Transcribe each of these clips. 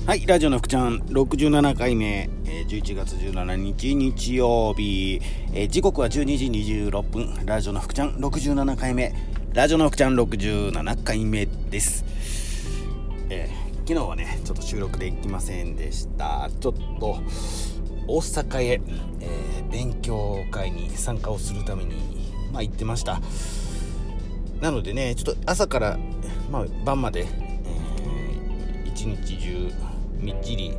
はい、ラジオの福ちゃん67回目、11月17日日曜日、時刻は12時26分、ラジオの福ちゃん67回目、ラジオの福ちゃん67回目です。昨日はね、ちょっと収録できませんでした。ちょっと大阪へ、勉強会に参加をするために、行ってました。なのでね、ちょっと朝から、晩まで、一日中みっちり、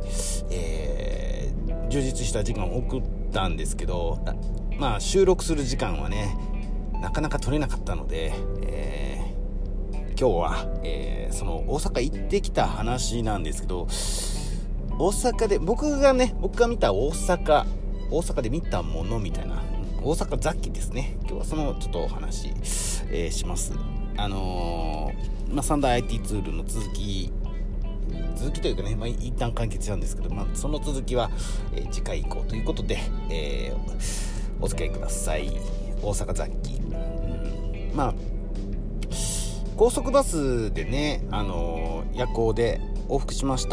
充実した時間を送ったんですけど、収録する時間はねなかなか取れなかったので、今日は、その大阪行ってきた話なんですけど、大阪で僕が見た大阪で見たものみたいな、大阪雑記ですね。今日はそのちょっとお話、します。三大 IT ツールの続きというかね、一旦完結なんですけど、その続きは、次回以降ということで、お付き合いください。大阪雑記、高速バスでね、夜行で往復しました。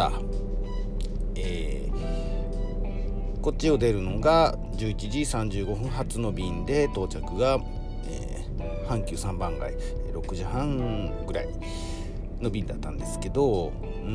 こっちを出るのが11時35分発の便で、到着が、阪急3番街6時半ぐらいの便だったんですけど、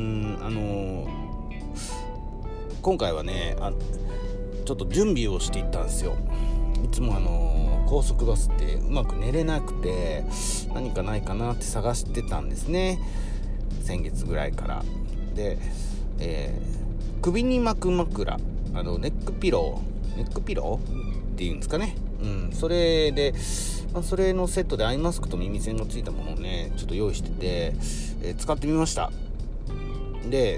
今回はね、ちょっと準備をしていったんですよ。いつも高速バスってうまく寝れなくて、何かないかなって探してたんですね、先月ぐらいからで、首に巻く枕、ネックピローっていうんですかね、それで、それのセットでアイマスクと耳栓がついたものをねちょっと用意してて、使ってみました。で、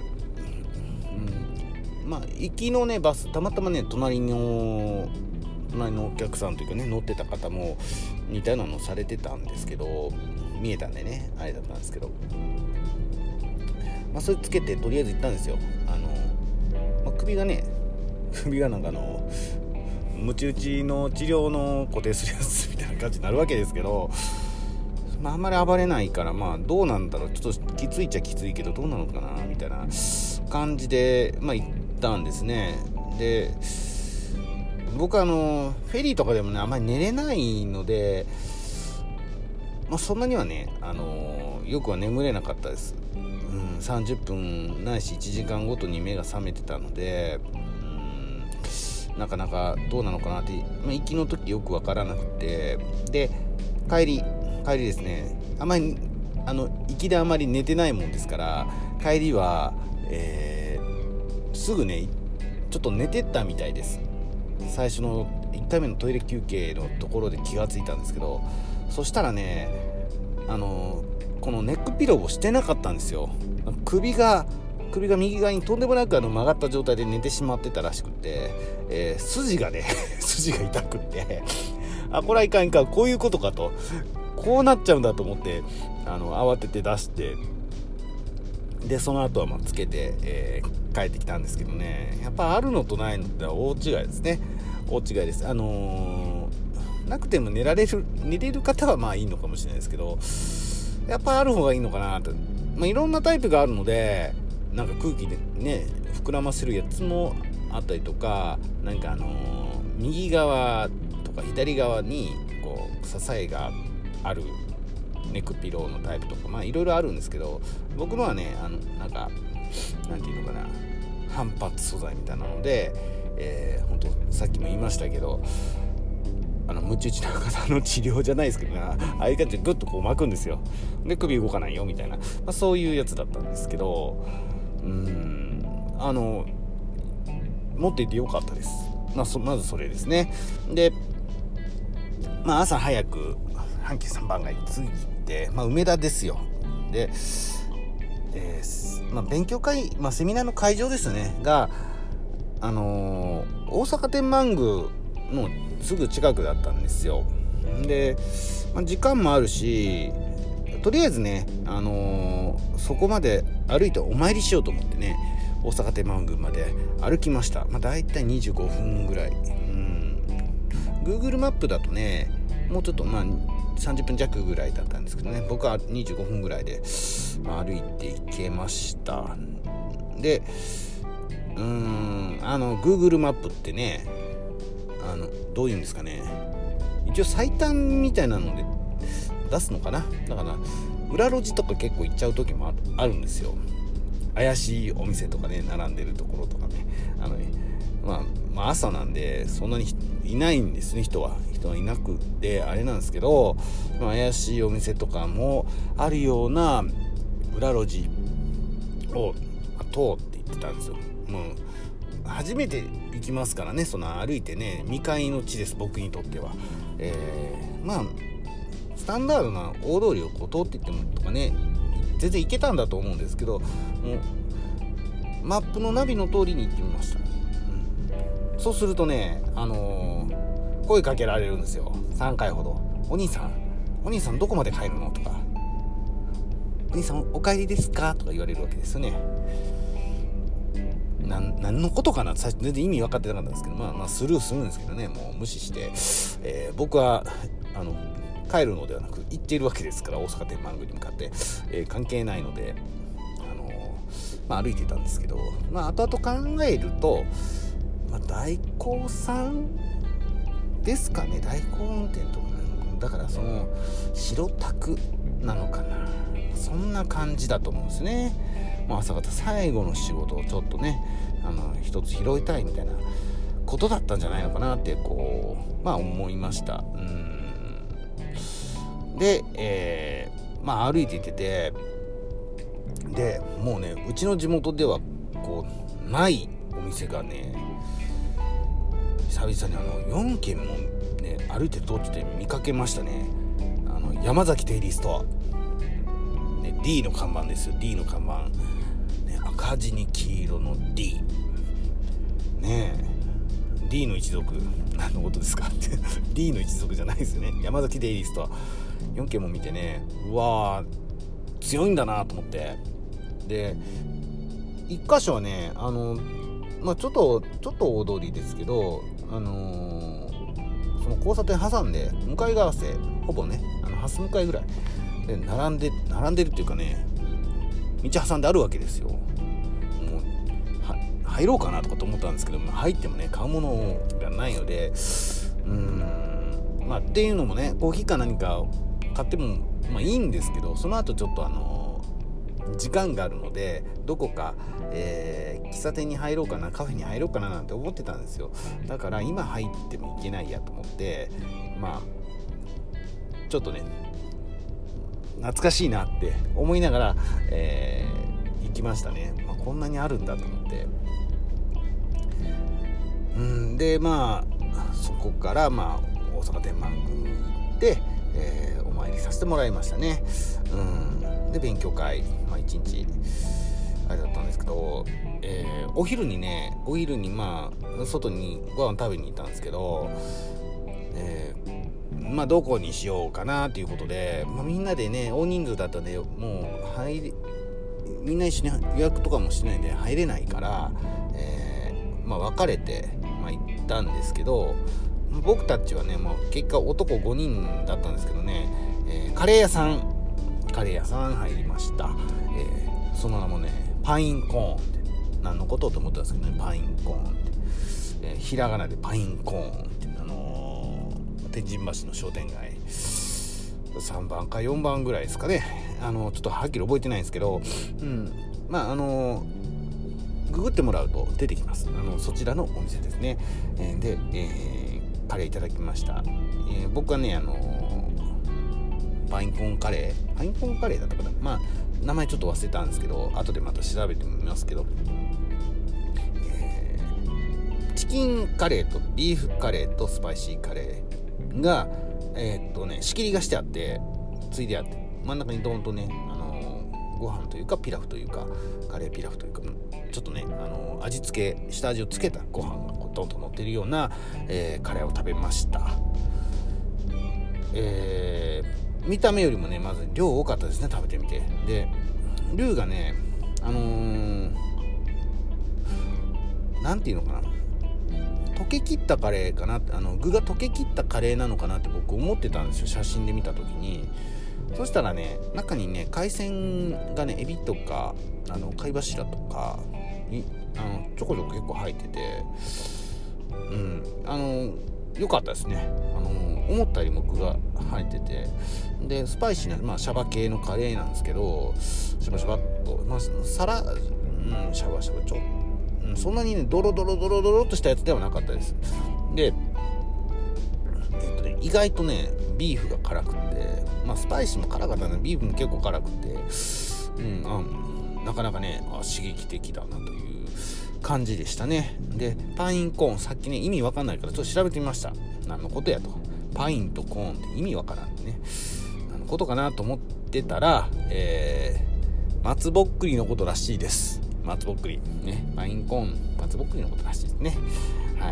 行きのねバス、たまたまね隣のお客さんというかね、乗ってた方も似たようなのされてたんですけど、見えたんでねあれだったんですけど、それつけてとりあえず行ったんですよ。首がなんかムチ打ちの治療の固定するやつみたいな感じになるわけですけど、あんまり暴れないから、どうなんだろう、ちょっときついっちゃきついけどどうなのかなみたいな感じで行ったんですね。で、僕フェリーとかでもねあんまり寝れないので、そんなにはねよくは眠れなかったです。30分ないし1時間ごとに目が覚めてたので、なかなかどうなのかなって、行きの時よくわからなくて、で帰りですね、あまり行きであまり寝てないもんですから、帰りは、すぐねちょっと寝てったみたいです。最初の1回目のトイレ休憩のところで気がついたんですけど、そしたらねこのネックピローをしてなかったんですよ。首が右側にとんでもなく曲がった状態で寝てしまってたらしくて、筋が痛くってこれはいかんこういうことかと、こうなっちゃうんだと思って、慌てて出して、でその後はつけて、帰ってきたんですけどね、やっぱあるのとないのって大違いですね。大違いです。なくても寝れる方はいいのかもしれないですけど、やっぱある方がいいのかなと。いろんなタイプがあるので、なんか空気でね膨らませるやつもあったりとか、なんか右側とか左側にこう支えがあるネックピローのタイプとかいろいろあるんですけど、僕のはねなんていうのかな、反発素材みたいなので、本当さっきも言いましたけど、ムチ打ちの方の治療じゃないですけどああいう感じでグッとこう巻くんですよ。で首動かないよみたいな、そういうやつだったんですけど、持っていてよかったです。まずそれですね。で、朝早く阪急3番街に着いて、梅田ですよ。で、勉強会、セミナーの会場ですねが、大阪天満宮のすぐ近くだったんですよ。で、時間もあるし、とりあえずね、そこまで歩いてお参りしようと思ってね、大阪天満宮まで歩きました。だいたい25分ぐらい。Google マップだとねもうちょっと30分弱ぐらいだったんですけどね、僕は25分ぐらいで歩いていけました。 でGoogle マップってねどういうんですかね、一応最短みたいなので出すのかな。だから裏路地とか結構行っちゃう時もあるんですよ。怪しいお店とかね、並んでるところとかね、まあ朝なんでそんなにいないんですね。人はいなくてあれなんですけど、怪しいお店とかもあるような裏路地を通って行ってたんですよ。もう初めて行きますからね、その歩いてね、未開の地です、僕にとっては。スタンダードな大通りをこう通っていってもとかね、全然行けたんだと思うんですけど、もうマップのナビの通りに行ってみました。そうするとね、声かけられるんですよ。3回ほど。お兄さんどこまで帰るのとか、お兄さんお帰りですかとか言われるわけですよね。何のことかな、最初全然意味分かってなかったんですけど、スルーするんですけどね、もう無視して、僕は帰るのではなく行っているわけですから、大阪天満宮に向かって、関係ないので歩いていたんですけど、後々考えると、代行さんですかね、代行運転とかだからその白タクなのかな、そんな感じだと思うんですね。朝方最後の仕事をちょっとね一つ拾いたいみたいなことだったんじゃないのかなって思いました。で、歩いていってて、でもうね、うちの地元ではこうないお店がね、久々に4軒もね歩いてる途中で見かけましたね。山崎デイリーストア、ね、D の看板ですよ。 D の看板、ね、赤字に黄色の D ねえ、 D の一族何のことですかって D の一族じゃないですよね。山崎デイリーストア4軒も見てね、うわー強いんだなと思って、で一箇所はねちょっと大通りですけど、その交差点挟んで向かい合わせ、ほぼねハス向かいぐらいで並んでるっていうかね、道挟んであるわけですよ。もう入ろうかなとかと思ったんですけど、入ってもね買うものがないので、っていうのもね、コーヒーか何か買ってもいいんですけど、その後ちょっと時間があるので、どこか、喫茶店に入ろうかな、カフェに入ろうかななんて思ってたんですよ。だから今入ってもいけないやと思って、ちょっとね懐かしいなって思いながら、行きましたね。こんなにあるんだと思って、でそこから大阪天満宮で、お参りさせてもらいましたね。で勉強会、一日あれだったんですけど、お昼に外にご飯食べに行ったんですけど、どこにしようかなということで、みんなでね大人数だったんで、もうみんな一緒に予約とかもしないで入れないから、分かれて、行ったんですけど、僕たちはね結果男5人だったんですけどね、カレー屋さん入りました。その名もねパインコーンって、何のことと思ったんですけどね、パインコーンって、ひらがなでパインコーンって、天神橋の商店街3番か4番ぐらいですかね。ちょっとはっきり覚えてないんですけど、ググってもらうと出てきます。そちらのお店ですね。で、カレーいただきました。僕はねパインコーンカレーだったかな、名前ちょっと忘れたんですけど、後でまた調べてみますけど、チキンカレーとビーフカレーとスパイシーカレーが仕切りがしてあって、ついであって、真ん中にドーンとねご飯というかピラフというかカレーピラフというか、ちょっとね下味をつけたご飯がドンと乗ってるような、カレーを食べました。見た目よりもねまず量多かったですね。食べてみて、でルーがねなんていうのかな、溶けきったカレーかなって、具が溶けきったカレーなのかなって僕思ってたんですよ、写真で見た時に。そしたらね中にね海鮮がねエビとか貝柱とかちょこちょこ結構入ってて、良かったですね。思ったよりも具が入ってて、でスパイシーな、シャバ系のカレーなんですけど、シャバシャバっと、シャバシャバそんなにねドロドロっとしたやつではなかったです。で意外とねビーフが辛くて、スパイシーも辛かったね。ビーフも結構辛くて、なかなかね刺激的だなという感じでしたね。でパインコーン、さっきね意味わかんないからちょっと調べてみました。何のことやと。パインとコーンって意味わからんね、何のことかなと思ってたら、松ぼっくりのことらしいです。松ぼっくりね、パインコーン松ぼっくりのことらしいですね。はい、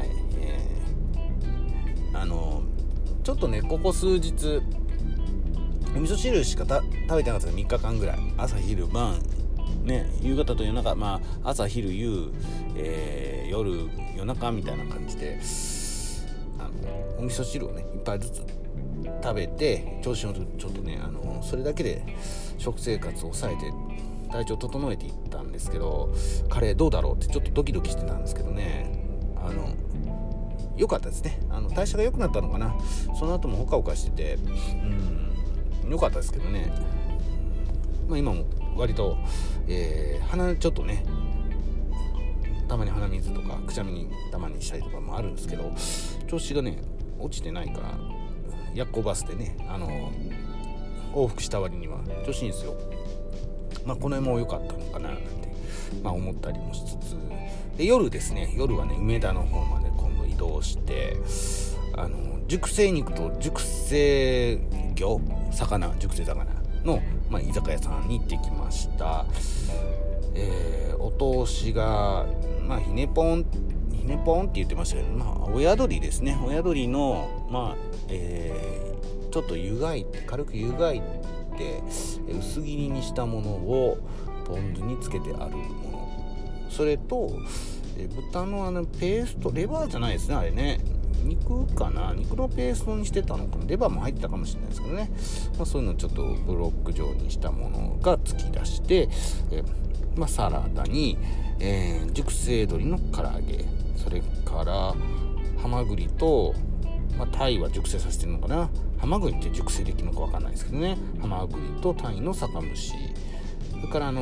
ちょっとねここ数日お味噌汁しか食べてなかった3日間ぐらい、朝昼晩ね、夕方と夜中、朝昼夕、夜中みたいな感じでお味噌汁をねいっぱいずつ食べて、調子をちょっとねそれだけで食生活を抑えて体調整えていったんですけど、カレーどうだろうってちょっとドキドキしてたんですけどね、良かったですね。代謝が良くなったのかな。その後もほかほかしてて良かったですけどね。今も割と、鼻ちょっとねたまに鼻水とかくしゃみにたまにしたりとかもあるんですけど、調子がね落ちてないから夜行バスでね往復した割には調子いいんですよ。この辺も良かったのかななんて、思ったりもしつつ、で夜ですね、夜はね梅田の方まで今度移動して、熟成肉と熟成魚熟成魚の、居酒屋さんに行ってきました。お通しが、ひねポンって言ってましたけど、親鶏ですね。親鶏の、ちょっと軽く湯がいて薄切りにしたものをポン酢につけてあるもの、それと豚のペースト、レバーじゃないですね、あれね、肉のペーストにしてたのかな。レバーも入ってたかもしれないですけどね、そういうのをちょっとブロック状にしたものが突き出して、サラダに、熟成鶏の唐揚げ、それからハマグリと、タイは熟成させてるのかな。ハマグリって熟成できるのか分かんないですけどね、ハマグリとタイの酒蒸し、それから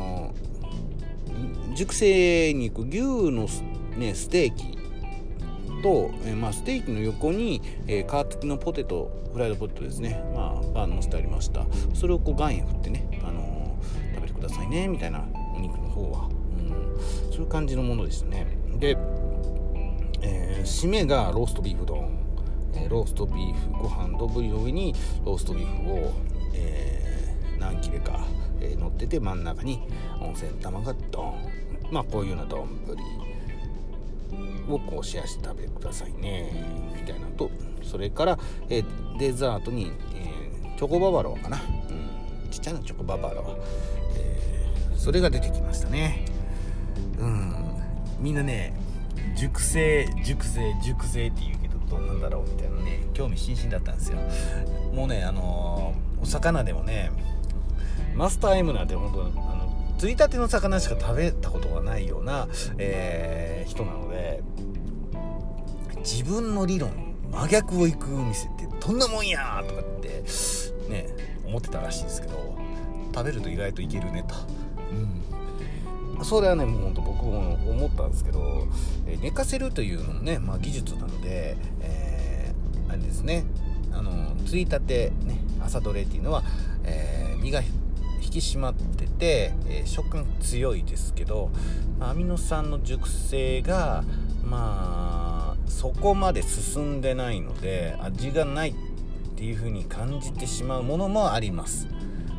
熟成肉、牛の、ステーキと、ステーキの横に、皮付きのフライドポテトですね、バン乗せてありました。それを岩塩振ってね、食べてくださいねみたいな、お肉の方は、そういう感じのものでしたね。で、締めがローストビーフ丼、ローストビーフご飯丼の上にローストビーフを、何切れか、乗ってて、真ん中に温泉玉がドン、こういうような丼をこうシェアして食べてくださいねみたいなと、それから、デザートに、チョコババロアかな、ちっちゃなチョコババロア、それが出てきましたね。みんなね熟成って言うけどどうなんだろうみたいなね、興味津々だったんですよ。もうねお魚でもね、マスター M なんて本当釣りたての魚しか食べたことがないような、人なので、自分の理論真逆をいく店ってどんなもんやとかってね思ってたらしいですけど、食べると意外といけるねと、それはねもう本当僕も思ったんですけど、寝かせるというのもね、技術なので、あれですね、釣りたて、ね、朝どれっていうのは、身が引き締まってて、食感強いですけど、アミノ酸の熟成がそこまで進んでないので味がないっていう風に感じてしまうものもあります。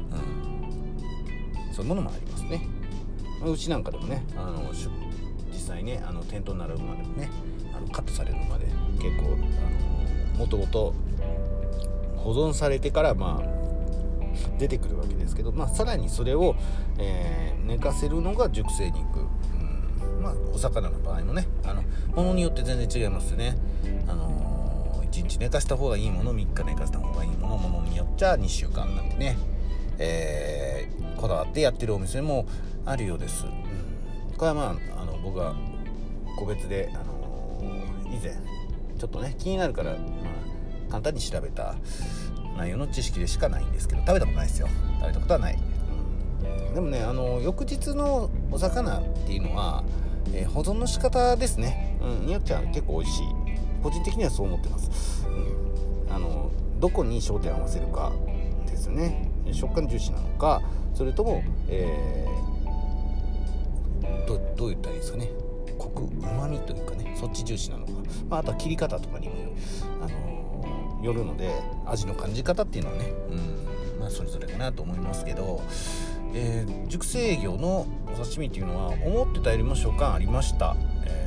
そういうものもありますね。うちなんかでもね実際ね店頭になるまでねカットされるまで結構もともと保存されてから出てくるわけですけど、さらにそれを、寝かせるのが熟成肉、お魚の場合もねものによって全然違いますよね。1日寝かした方がいいもの、3日寝かした方がいいもの、ものによっちゃ2週間なんてね、こだわってやってるお店もあるようです。 これはまあ僕が個別で、以前ちょっとね気になるから、簡単に調べた内容の知識でしかないんですけど、食べたことないですよ。食べたことはない、でもね翌日のお魚っていうのは、保存の仕方ですね、によっては結構美味しい、個人的にはそう思ってます、どこに焦点を合わせるかですよね。食感重視なのか、それとも、どう言ったらいいですかね、コク旨味というかね、そっち重視なのか、あとは切り方とかにもよるので、味の感じ方っていうのはね、それぞれかなと思いますけど、熟成魚のお刺身っていうのは思ってたよりも食感ありました。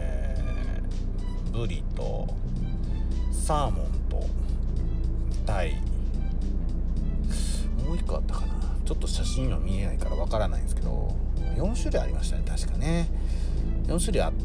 ブリとサーモンとタイ、もう一個あったかな、ちょっと写真は見えないからわからないんですけど、4種類ありましたね、確かね。4種類あって、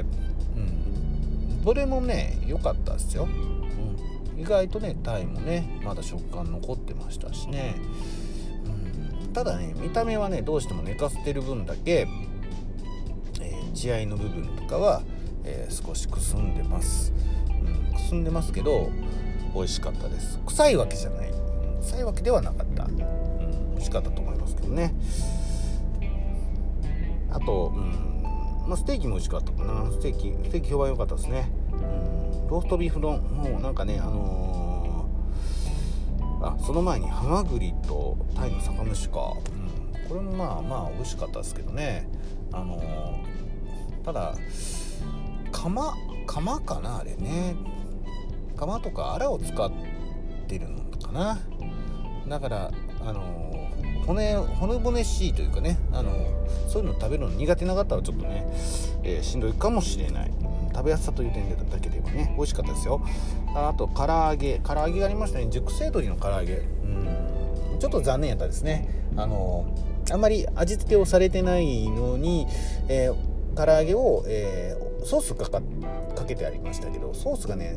どれもね良かったですよ、意外とねタイもねまだ食感残ってましたしね、ただね見た目はねどうしても寝かせてる分だけ、血合いの部分とかは、少しくすんでます、くすんでますけど美味しかったです。臭いわけじゃない、臭いわけではなかった、美味しかったと思いますけどね。あと、ステーキも美味しかったかな。ステーキ評判良かったですね。ローストビーフ丼もなんかねその前にハマグリとタイの酒蒸しか、これもまあ美味しかったですけどね。ただ釜かな、あれね、釜とかアラを使ってるのかな。だから骨しいというかね、そういうの食べるの苦手な方はちょっとね、しんどいかもしれない。食べやすさという点でだけではね美味しかったですよ。あと唐揚げがありましたね。熟成鶏の唐揚げ、ちょっと残念やったですね。あんまり味付けをされてないのに、唐揚げを、ソースかけてありましたけど、ソースがね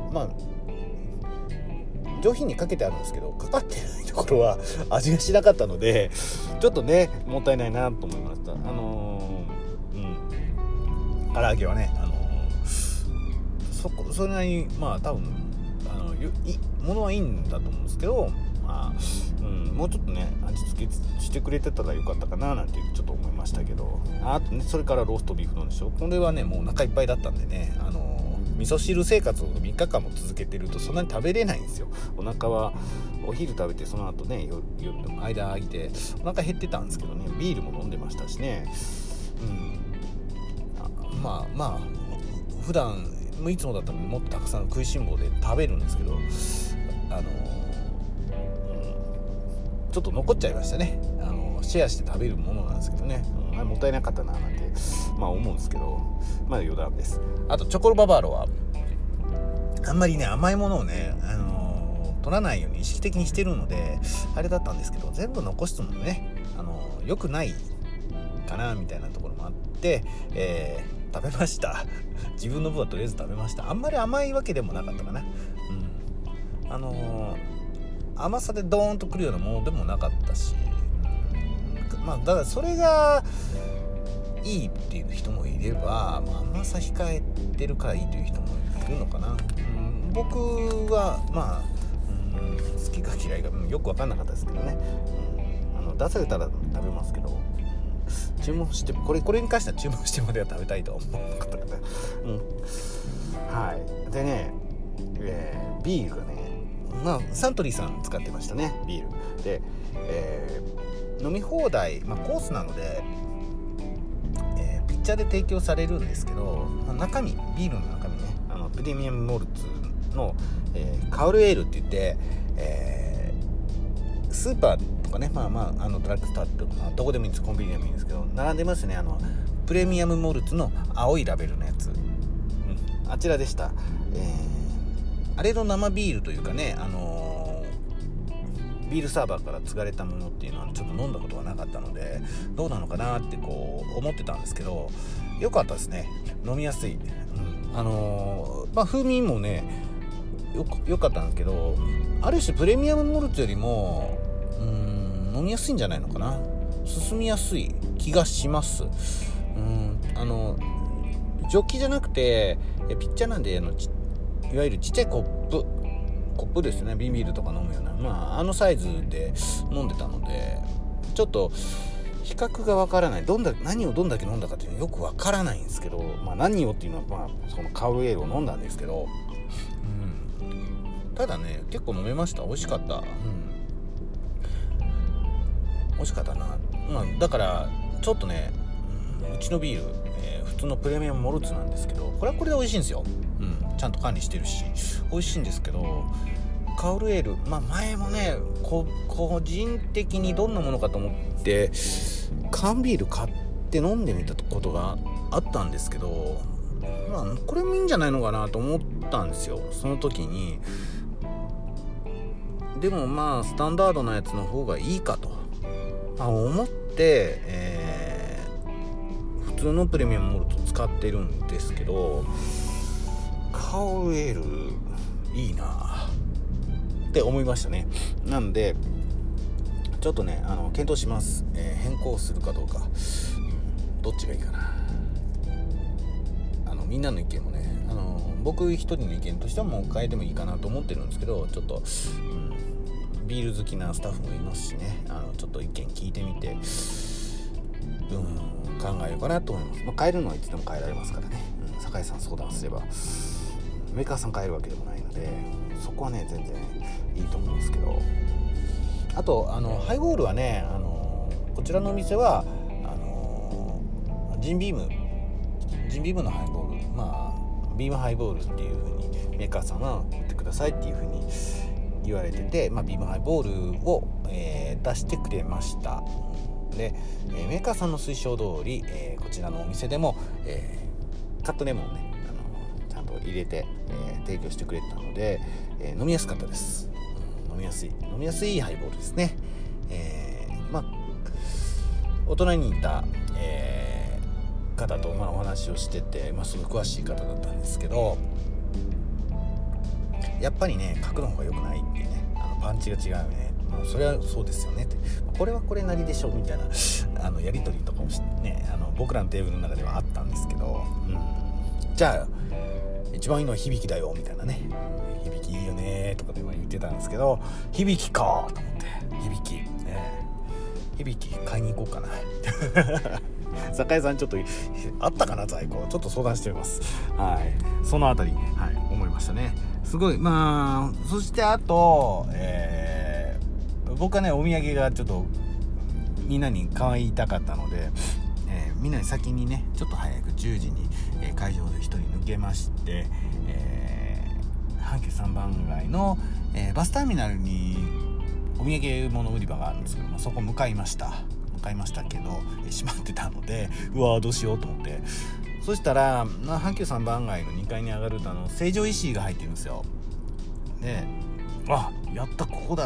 上品にかけてあるんですけど、かかってないところは味がしなかったので、ちょっとねもったいないなと思いました。唐揚げはねそれなりに多分ものはいいんだと思うんですけど、もうちょっとね味付けしてくれてたらよかったかななんてちょっと思いましたけど、あとねそれからローストビーフなんでしょ。これはねもうお腹いっぱいだったんでね、味噌汁生活を3日間も続けてるとそんなに食べれないんですよ。お腹はお昼食べてその後ね夜の間空いてお腹減ってたんですけどね、ビールも飲んでましたしね、普段いつもだったらもっとたくさん食いしん坊で食べるんですけど、ちょっと残っちゃいましたね。シェアして食べるものなんですけどね、もったいなかったななんて思うんですけど、余談です。あとチョコロババーロはあんまりね甘いものをね、取らないように意識的にしてるのであれだったんですけど、全部残すのもね良くないかなみたいなところもあって、食べました自分の分はとりあえず食べました。あんまり甘いわけでもなかったかな、甘さでドーンとくるようなものでもなかったし、だからそれがいいっていう人もいれば、甘さ控えてるからいいという人もいるのかな。僕は好きか嫌いがよく分かんなかったですけどね、出されたら食べますけど、注文してこれに関しては注文してまでは食べたいとは思わなかったから、はいでね、ビールがねサントリーさん使ってましたね。ビールで、飲み放題、コースなので、ピッチャーで提供されるんですけど、中身ビールの中身ねプレミアムモルツの、カウルエールって言って、スーパーとかねドラッグストアとか、どこでもいいんです、コンビニでもいいんですけど並んでますね。プレミアムモルツの青いラベルのやつ、あちらでした。あれの生ビールというかね、ビールサーバーから継がれたものっていうのはちょっと飲んだことがなかったのでどうなのかなって思ってたんですけど、よかったですね。飲みやすい、風味もねよかったんですけど、ある種プレミアムモルツよりも飲みやすいんじゃないのかな。進みやすい気がします。 ジョッキじゃなくてピッチャーなんでいわゆるちっちゃいコップですね、瓶ビールとか飲むような、あのサイズで飲んでたので、ちょっと比較がわからない、何をどんだけ飲んだかっていうのはよくわからないんですけど、何をっていうのは、そのカウエールを飲んだんですけど、ただね結構飲めました。美味しかった、美味しかったな。だからちょっとね、うちのビール、普通のプレミアムモルツなんですけど、これはこれで美味しいんですよ。ちゃんと管理してるし美味しいんですけど、カウルエール、前もね個人的にどんなものかと思って缶ビール買って飲んでみたことがあったんですけど、これもいいんじゃないのかなと思ったんですよ、その時に。でもスタンダードなやつの方がいいかと、思って、普通のプレミアムモルト使ってるんですけど、カウエールいいなって思いましたね。なんでちょっとね検討します、変更するかどうか、どっちがいいかな。みんなの意見もね、僕一人の意見としてはもう変えてもいいかなと思ってるんですけど、ちょっと、ビール好きなスタッフもいますしね、ちょっと意見聞いてみて、考えようかなと思います。変えるのはいつでも変えられますからね、酒井さん相談すれば。メーカーさん変えるわけでもないので、そこはね全然いいと思うんですけど、あとハイボールはね、こちらのお店はジンビームのハイボール、ビームハイボールっていう風にメーカーさんは売ってくださいっていう風に言われてて、ビームハイボールを、出してくれました。で、メーカーさんの推奨通り、こちらのお店でも、カットレモンをねちゃんと入れて、提供してくれたので、飲みやすかったです。飲みやすいハイボールですね。大人に似た、方とお話をしてて、すごい詳しい方だったんですけど、やっぱりね角の方が良くないっていうね、パンチが違うよね、それはそうですよねって、これはこれなりでしょみたいなやり取りとかもね、僕らのテーブルの中ではあったんですけど、じゃあ一番いいのは響きだよみたいなね、響きいいよねとかで言ってたんですけど、響きかと思って、響き買いに行こうかな酒井さんちょっとあったかな在庫、ちょっと相談してみます。そのあたり、思いましたね。すごい。そしてあと、僕はねお土産がちょっとみんなに買いたかったので、みんなに先にねちょっと早く10時に、会場で1人抜けまして、阪急三番街の、バスターミナルにお土産物売り場があるんですけど、そこ向かいましたけど、閉まってたので、どうしようと思って、そしたら阪急三番街の2階に上がると成城石井が入ってるんですよ。で、やった、ここだって、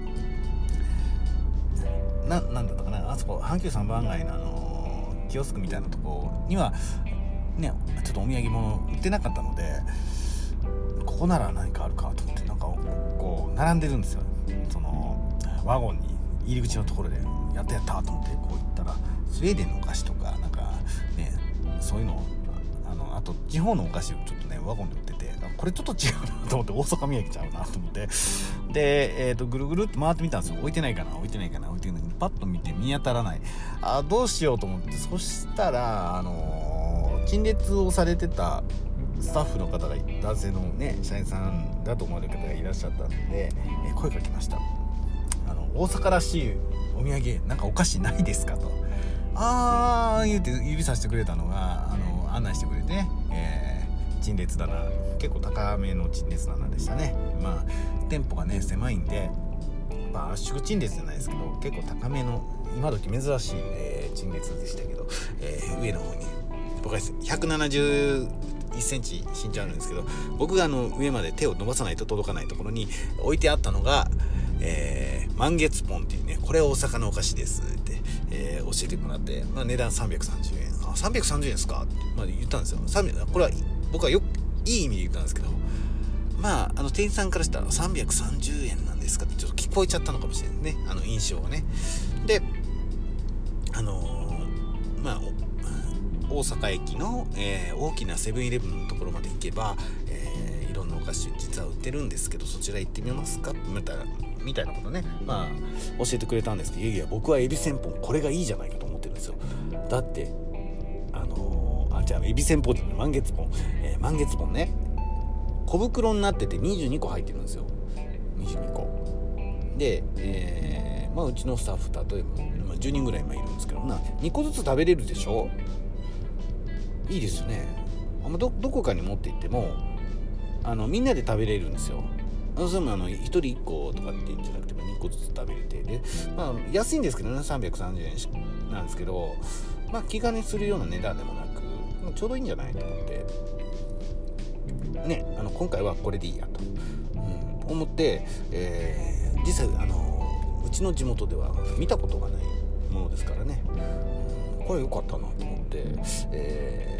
なんだったかな、あそこ阪急三番街のキオスクみたいなとこにはねちょっとお土産物売ってなかったので、ここなら何かあるかと思って、こう並んでるんですよ、そのワゴンに入り口のところで。やったと思ってこう行ったら、スウェーデンのお菓子とかそういうの、あと地方のお菓子をちょっとねワゴンで売ってて、これちょっと違うなと思って、大阪土産ちゃうなと思って、で、ぐるぐるって回ってみたんですよ。置いてないかなパッと見て見当たらない。どうしようと思って、そしたら陳列をされてたスタッフの方が、男性のね社員さんだと思われる方がいらっしゃったので、声かけました。大阪らしいお土産なんかお菓子ないですかと。言うて指さしてくれたのが案内してくれて、陳列棚、結構高めの陳列棚でしたね。店舗がね狭いんで、圧縮陳列じゃないですけど、結構高めの今時珍しい、陳列でしたけど、上の方に僕は171センチ身長あるんですけど、僕が上まで手を伸ばさないと届かないところに置いてあったのが、満月ポンっていうね、これは大阪のお菓子ですって、教えてもらって、値段330円。330円ですかって、言ったんですよ。これは僕はいい意味で言ったんですけど、店員さんからしたら330円なんですかってちょっと聞こえちゃったのかもしれないね、印象がね。で大阪駅の、大きなセブンイレブンのところまで行けば、いろんなお菓子実は売ってるんですけど、そちら行ってみますかみたいなことね、教えてくれたんですけど、いや僕はエビせんぽんこれがいいじゃないかと思ってるんですよ。だってエビせんぽんじゃない、満月ぽん、満月ぽんね、小袋になってて22個入ってるんですよ。22個で、うちのスタッフ例えば、10人ぐらい今いるんですけど2個ずつ食べれるでしょ。いいですよね。どこかに持って行ってもみんなで食べれるんですよ。それも1人1個とかって言うんじゃなくても2個ずつ食べれて、で、安いんですけどね、330円なんですけど、気兼ねするような値段でもなく、ちょうどいいんじゃないと思ってね、今回はこれでいいやと、思って、実際うちの地元では見たことがないものですからね、これ良かったなと思って、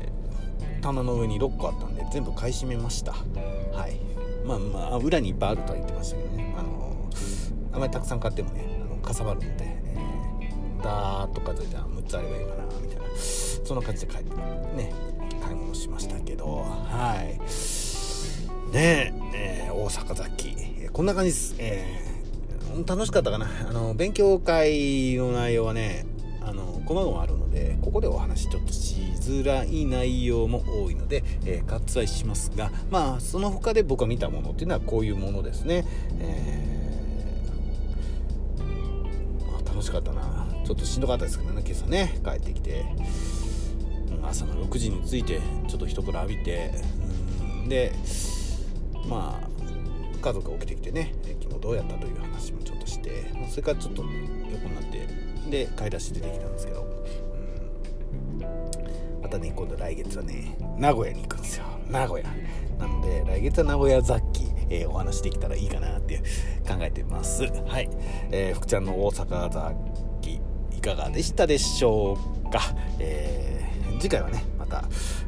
棚の上に6個あったんで全部買い占めました。はい。裏にいっぱいあるとは言ってましたけどね、あまりたくさん買ってもねかさばるので、だーっと数えて6つあればいいかなみたいな、そんな感じで買い物しましたけど、はいねえ、大阪雑記、こんな感じです。楽しかったかな。勉強会の内容はね細々あるので、ここでお話ちょっとしづらい内容も多いので、割愛しますが、その他で僕が見たものっていうのはこういうものですね。楽しかったな。ちょっとしんどかったですけどね、今朝ね帰ってきて、朝の6時に着いてちょっと一風呂浴びて、で家族が起きてきてね、昨日どうやったという話もちょっとして、それからちょっと横になってで買い出し出てきたんですけど、またね今度来月はね名古屋に行くんですよ。名古屋なので来月は名古屋雑記、お話できたらいいかなって考えてます。はい、福ちゃんの大阪雑記いかがでしたでしょうか。次回はねまた、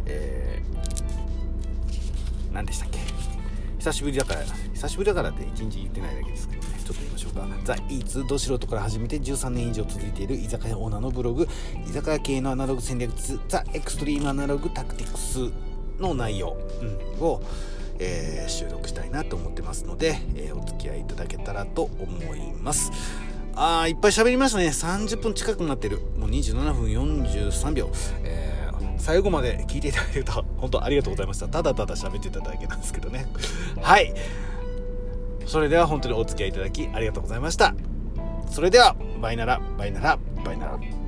何でしたっけ、久しぶりだからって1日言ってないだけですけどね、ちょっと言いましょうか。ザ・イーツど素人から始めて13年以上続いている居酒屋オーナーのブログ、居酒屋系のアナログ戦略術ザ・エクストリームアナログタクティクスの内容、を、収録したいなと思ってますので、お付き合いいただけたらと思います。いっぱい喋りましたね。30分近くなってる。もう27分43秒、最後まで聞いていただけると本当ありがとうございました。ただただ喋ってただけなんですけどね。はい、それでは本当にお付き合いいただきありがとうございました。それではバイナラバイナラバイナラ。